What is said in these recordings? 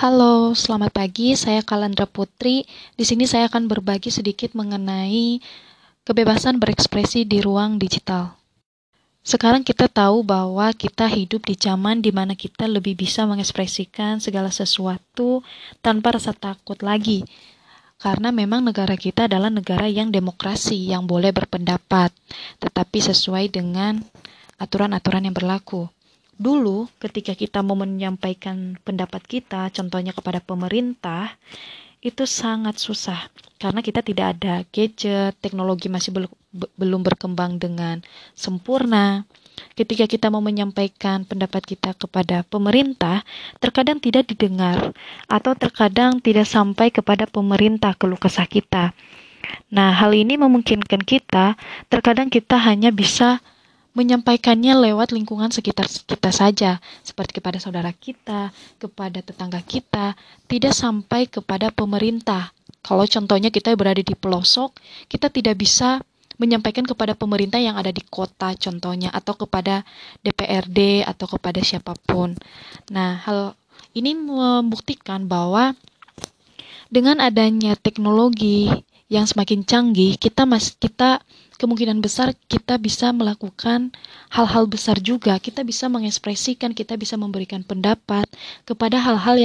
Halo, selamat pagi. Saya Kalandra Putri. Di sini saya akan berbagi sedikit mengenai kebebasan berekspresi di ruang digital. Sekarang kita tahu bahwa kita hidup di zaman di mana kita lebih bisa mengekspresikan segala sesuatu tanpa rasa takut lagi. Karena memang negara kita adalah negara yang demokrasi, yang boleh berpendapat, tetapi sesuai dengan aturan-aturan yang berlaku. Dulu, ketika kita mau menyampaikan pendapat kita, contohnya kepada pemerintah, itu sangat susah karena kita tidak ada gadget, teknologi masih belum berkembang dengan sempurna. Ketika kita mau menyampaikan pendapat kita kepada pemerintah, terkadang tidak didengar atau terkadang tidak sampai kepada pemerintah keluh kesah kita. Nah, hal ini memungkinkan kita, terkadang kita hanya bisa menyampaikannya lewat lingkungan sekitar kita saja, seperti kepada saudara kita, kepada tetangga kita, tidak sampai kepada pemerintah. Kalau contohnya kita berada di pelosok, kita tidak bisa menyampaikan kepada pemerintah yang ada di kota contohnya, atau kepada DPRD, atau kepada siapapun. Nah, hal ini membuktikan bahwa dengan adanya teknologi yang semakin canggih, kita kemungkinan besar kita bisa melakukan hal-hal besar juga. Kita bisa mengekspresikan, kita bisa memberikan pendapat kepada hal-hal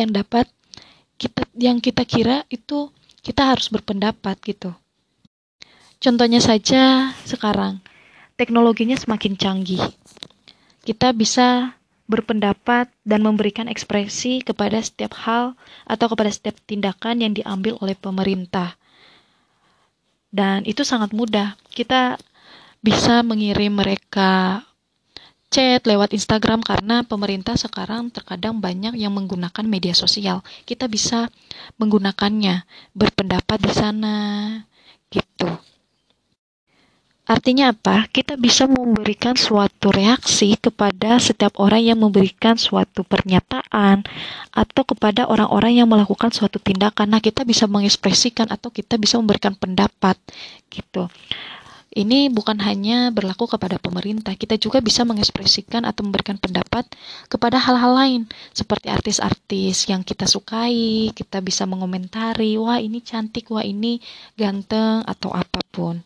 yang kita kira itu kita harus berpendapat gitu. Contohnya saja sekarang, teknologinya semakin canggih. Kita bisa berpendapat dan memberikan ekspresi kepada setiap hal atau kepada setiap tindakan yang diambil oleh pemerintah. Dan itu sangat mudah. Kita bisa mengirim mereka chat lewat Instagram karena pemerintah sekarang terkadang banyak yang menggunakan media sosial. Kita bisa menggunakannya, berpendapat di sana, gitu. Artinya apa? Kita bisa memberikan suatu reaksi kepada setiap orang yang memberikan suatu pernyataan atau kepada orang-orang yang melakukan suatu tindakan. Nah, kita bisa mengekspresikan atau kita bisa memberikan pendapat gitu. Ini bukan hanya berlaku kepada pemerintah, kita juga bisa mengekspresikan atau memberikan pendapat kepada hal-hal lain, seperti artis-artis yang kita sukai, kita bisa mengomentari, wah ini cantik, wah ini ganteng, atau apapun.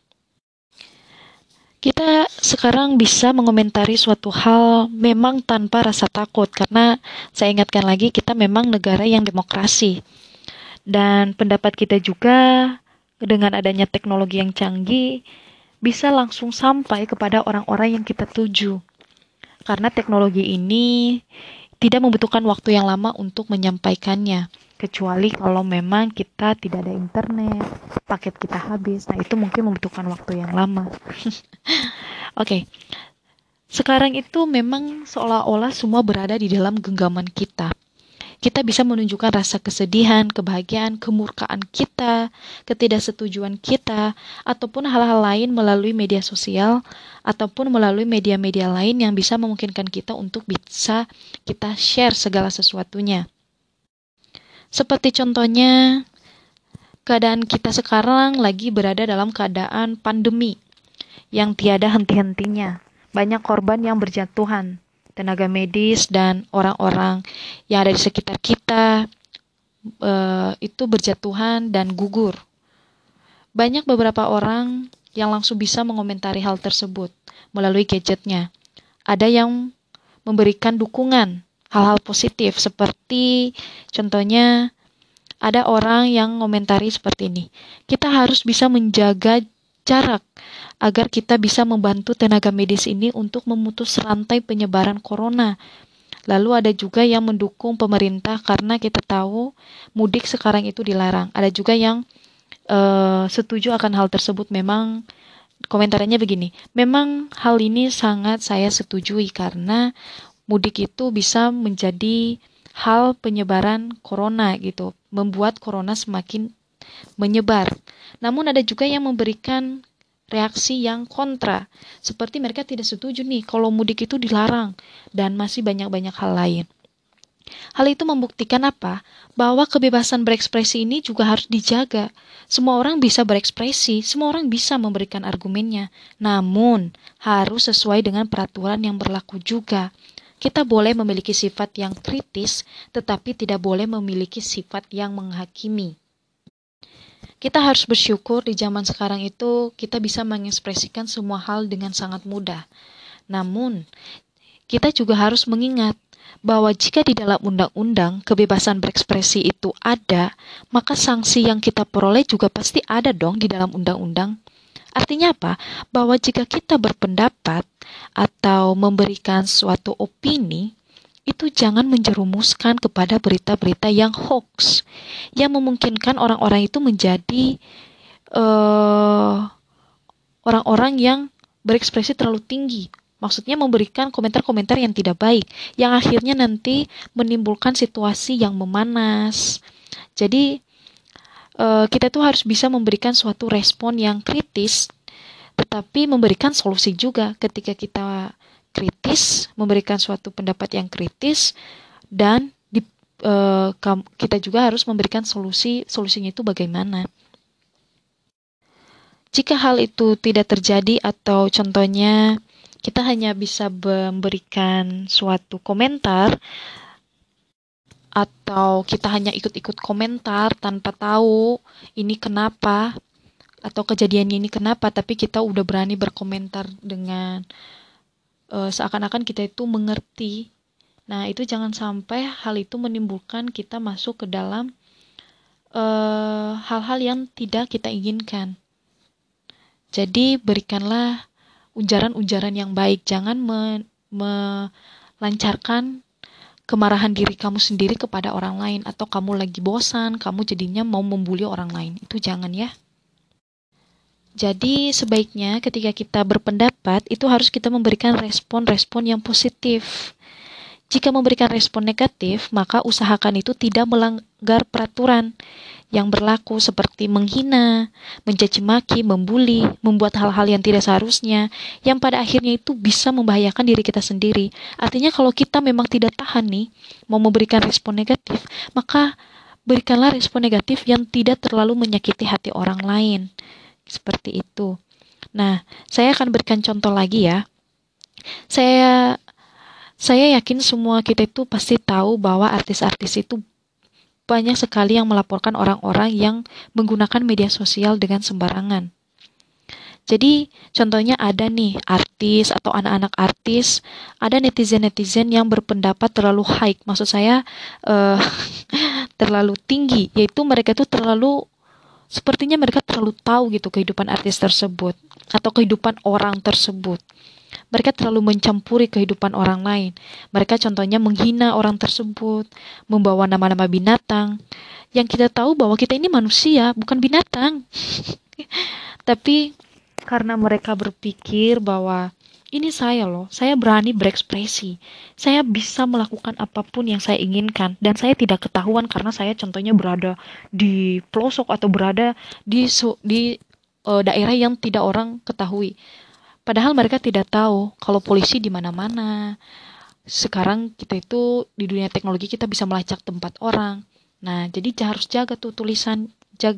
Kita sekarang bisa mengomentari suatu hal memang tanpa rasa takut, karena saya ingatkan lagi, kita memang negara yang demokrasi. Dan pendapat kita juga dengan adanya teknologi yang canggih bisa langsung sampai kepada orang-orang yang kita tuju. Karena teknologi ini tidak membutuhkan waktu yang lama untuk menyampaikannya. Kecuali kalau memang kita tidak ada internet, paket kita habis. Nah, itu mungkin membutuhkan waktu yang lama. Oke. Sekarang itu memang seolah-olah semua berada di dalam genggaman kita. Kita bisa menunjukkan rasa kesedihan, kebahagiaan, kemurkaan kita, ketidaksetujuan kita, ataupun hal-hal lain melalui media sosial, ataupun melalui media-media lain yang bisa memungkinkan kita untuk bisa kita share segala sesuatunya. Seperti contohnya, keadaan kita sekarang lagi berada dalam keadaan pandemi yang tiada henti-hentinya. Banyak korban yang berjatuhan. Tenaga medis dan orang-orang yang ada di sekitar kita itu berjatuhan dan gugur. Banyak beberapa orang yang langsung bisa mengomentari hal tersebut melalui gadgetnya. Ada yang memberikan dukungan, hal-hal positif seperti contohnya ada orang yang mengomentari seperti ini. Kita harus bisa menjaga jarak agar kita bisa membantu tenaga medis ini untuk memutus rantai penyebaran corona. Lalu ada juga yang mendukung pemerintah karena kita tahu mudik sekarang itu dilarang. Ada juga yang setuju akan hal tersebut. Memang komentarnya begini, memang hal ini sangat saya setujui karena mudik itu bisa menjadi hal penyebaran corona gitu, membuat corona semakin menyebar. Namun ada juga yang memberikan reaksi yang kontra, seperti mereka tidak setuju nih kalau mudik itu dilarang dan masih banyak-banyak hal lain. Hal itu membuktikan apa? Bahwa kebebasan berekspresi ini juga harus dijaga. Semua orang bisa berekspresi, semua orang bisa memberikan argumennya, namun harus sesuai dengan peraturan yang berlaku juga. Kita boleh memiliki sifat yang kritis, tetapi tidak boleh memiliki sifat yang menghakimi. Kita harus bersyukur di zaman sekarang itu kita bisa mengekspresikan semua hal dengan sangat mudah. Namun, kita juga harus mengingat bahwa jika di dalam undang-undang kebebasan berekspresi itu ada, maka sanksi yang kita peroleh juga pasti ada dong di dalam undang-undang. Artinya apa? Bahwa jika kita berpendapat atau memberikan suatu opini, itu jangan menjerumuskan kepada berita-berita yang hoax, yang memungkinkan orang-orang itu menjadi orang-orang yang berekspresi terlalu tinggi. Maksudnya memberikan komentar-komentar yang tidak baik, yang akhirnya nanti menimbulkan situasi yang memanas. Jadi kita tuh harus bisa memberikan suatu respon yang kritis, tetapi memberikan solusi juga ketika kita kritis, memberikan suatu pendapat yang kritis, dan kita juga harus memberikan solusinya itu bagaimana. Jika hal itu tidak terjadi atau contohnya kita hanya bisa memberikan suatu komentar atau kita hanya ikut-ikut komentar tanpa tahu ini kenapa atau kejadiannya ini kenapa, tapi kita udah berani berkomentar dengan seakan-akan kita itu mengerti. Nah, itu jangan sampai hal itu menimbulkan kita masuk ke dalam hal-hal yang tidak kita inginkan. Jadi, berikanlah ujaran-ujaran yang baik. Jangan melancarkan kemarahan diri kamu sendiri kepada orang lain, atau kamu lagi bosan, kamu jadinya mau membuli orang lain. Itu jangan ya. Jadi sebaiknya ketika kita berpendapat itu harus kita memberikan respon-respon yang positif. Jika memberikan respon negatif, maka usahakan itu tidak melanggar peraturan yang berlaku seperti menghina, mencaci maki, membuli, membuat hal-hal yang tidak seharusnya, yang pada akhirnya itu bisa membahayakan diri kita sendiri. Artinya kalau kita memang tidak tahan nih, mau memberikan respon negatif, maka berikanlah respon negatif yang tidak terlalu menyakiti hati orang lain. Seperti itu. Nah, saya akan berikan contoh lagi ya. Saya yakin semua kita itu pasti tahu bahwa artis-artis itu banyak sekali yang melaporkan orang-orang yang menggunakan media sosial dengan sembarangan. Jadi, contohnya ada nih artis atau anak-anak artis, ada netizen-netizen yang berpendapat terlalu high. Maksud saya terlalu tinggi, yaitu mereka itu sepertinya mereka terlalu tahu gitu kehidupan artis tersebut atau kehidupan orang tersebut. Mereka terlalu mencampuri kehidupan orang lain. Mereka contohnya menghina orang tersebut, membawa nama-nama binatang. Yang kita tahu bahwa kita ini manusia, bukan binatang. Tapi karena mereka berpikir bahwa ini saya loh, saya berani berekspresi. Saya bisa melakukan apapun yang saya inginkan. Dan saya tidak ketahuan karena saya contohnya berada di pelosok atau berada di daerah yang tidak orang ketahui. Padahal mereka tidak tahu kalau polisi di mana-mana. Sekarang kita itu di dunia teknologi kita bisa melacak tempat orang. Nah, jadi harus jaga tulisan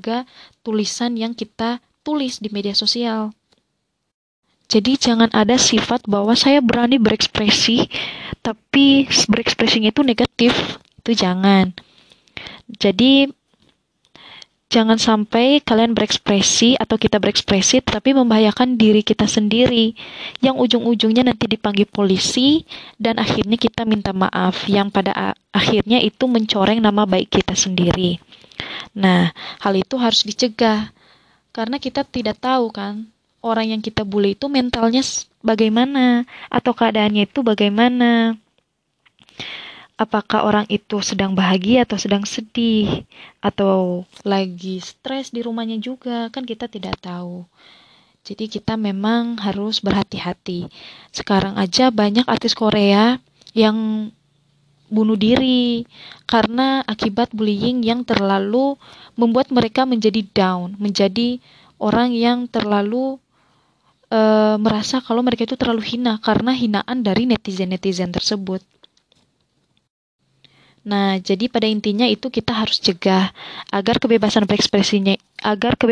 yang kita tulis di media sosial. Jadi jangan ada sifat bahwa saya berani berekspresi, tapi berekspresinya itu negatif. Itu jangan. Jadi jangan sampai kalian berekspresi atau kita berekspresi tapi membahayakan diri kita sendiri. Yang ujung-ujungnya nanti dipanggil polisi dan akhirnya kita minta maaf. Yang pada akhirnya itu mencoreng nama baik kita sendiri. Nah, hal itu harus dicegah. Karena kita tidak tahu kan, orang yang kita bully itu mentalnya bagaimana, atau keadaannya itu bagaimana. Apakah orang itu sedang bahagia atau sedang sedih, atau lagi stres di rumahnya juga, kan kita tidak tahu. Jadi kita memang harus berhati-hati. Sekarang aja banyak artis Korea yang bunuh diri karena akibat bullying yang terlalu membuat mereka menjadi down, menjadi orang yang terlalu merasa kalau mereka itu terlalu hina karena hinaan dari netizen-netizen tersebut. Nah, jadi pada intinya itu kita harus cegah agar kebebasan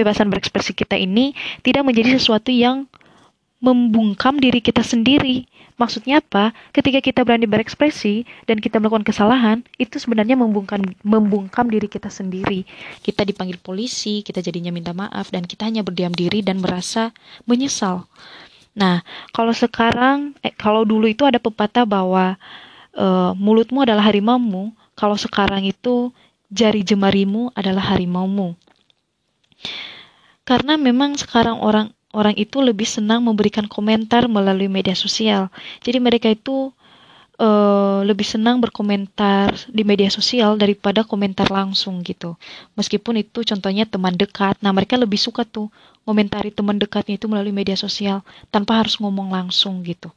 berekspresi kita ini tidak menjadi sesuatu yang membungkam diri kita sendiri, Maksudnya apa? Ketika kita berani berekspresi dan kita melakukan kesalahan, itu sebenarnya membungkam diri kita sendiri. Kita dipanggil polisi, kita jadinya minta maaf, dan kita hanya berdiam diri dan merasa menyesal. Nah, kalau dulu itu ada pepatah bahwa mulutmu adalah harimaumu, kalau sekarang itu jari jemarimu adalah harimaumu. Karena memang sekarang orang itu lebih senang memberikan komentar melalui media sosial. Jadi mereka itu lebih senang berkomentar di media sosial daripada komentar langsung gitu. Meskipun itu contohnya teman dekat. Nah, mereka lebih suka tuh komentari teman dekatnya itu melalui media sosial tanpa harus ngomong langsung gitu.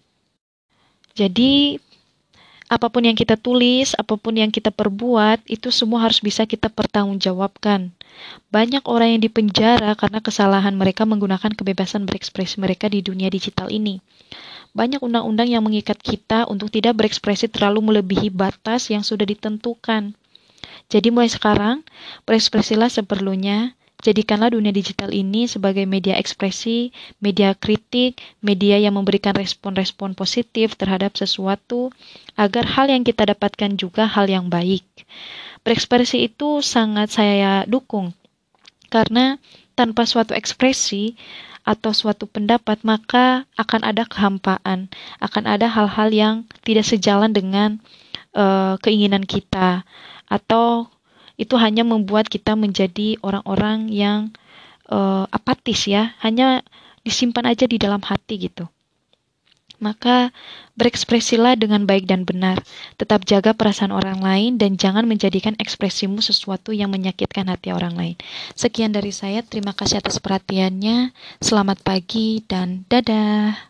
Jadi apapun yang kita tulis, apapun yang kita perbuat, itu semua harus bisa kita pertanggungjawabkan. Banyak orang yang dipenjara karena kesalahan mereka menggunakan kebebasan berekspresi mereka di dunia digital ini. Banyak undang-undang yang mengikat kita untuk tidak berekspresi terlalu melebihi batas yang sudah ditentukan. Jadi mulai sekarang, berekspresilah seperlunya. Jadikanlah dunia digital ini sebagai media ekspresi, media kritik, media yang memberikan respon-respon positif terhadap sesuatu, agar hal yang kita dapatkan juga hal yang baik. Berekspresi itu sangat saya dukung, karena tanpa suatu ekspresi atau suatu pendapat, maka akan ada kehampaan, akan ada hal-hal yang tidak sejalan dengan keinginan kita, atau itu hanya membuat kita menjadi orang-orang yang apatis ya, hanya disimpan aja di dalam hati gitu. Maka berekspresilah dengan baik dan benar. Tetap jaga perasaan orang lain dan jangan menjadikan ekspresimu sesuatu yang menyakitkan hati orang lain. Sekian dari saya, terima kasih atas perhatiannya. Selamat pagi dan dadah.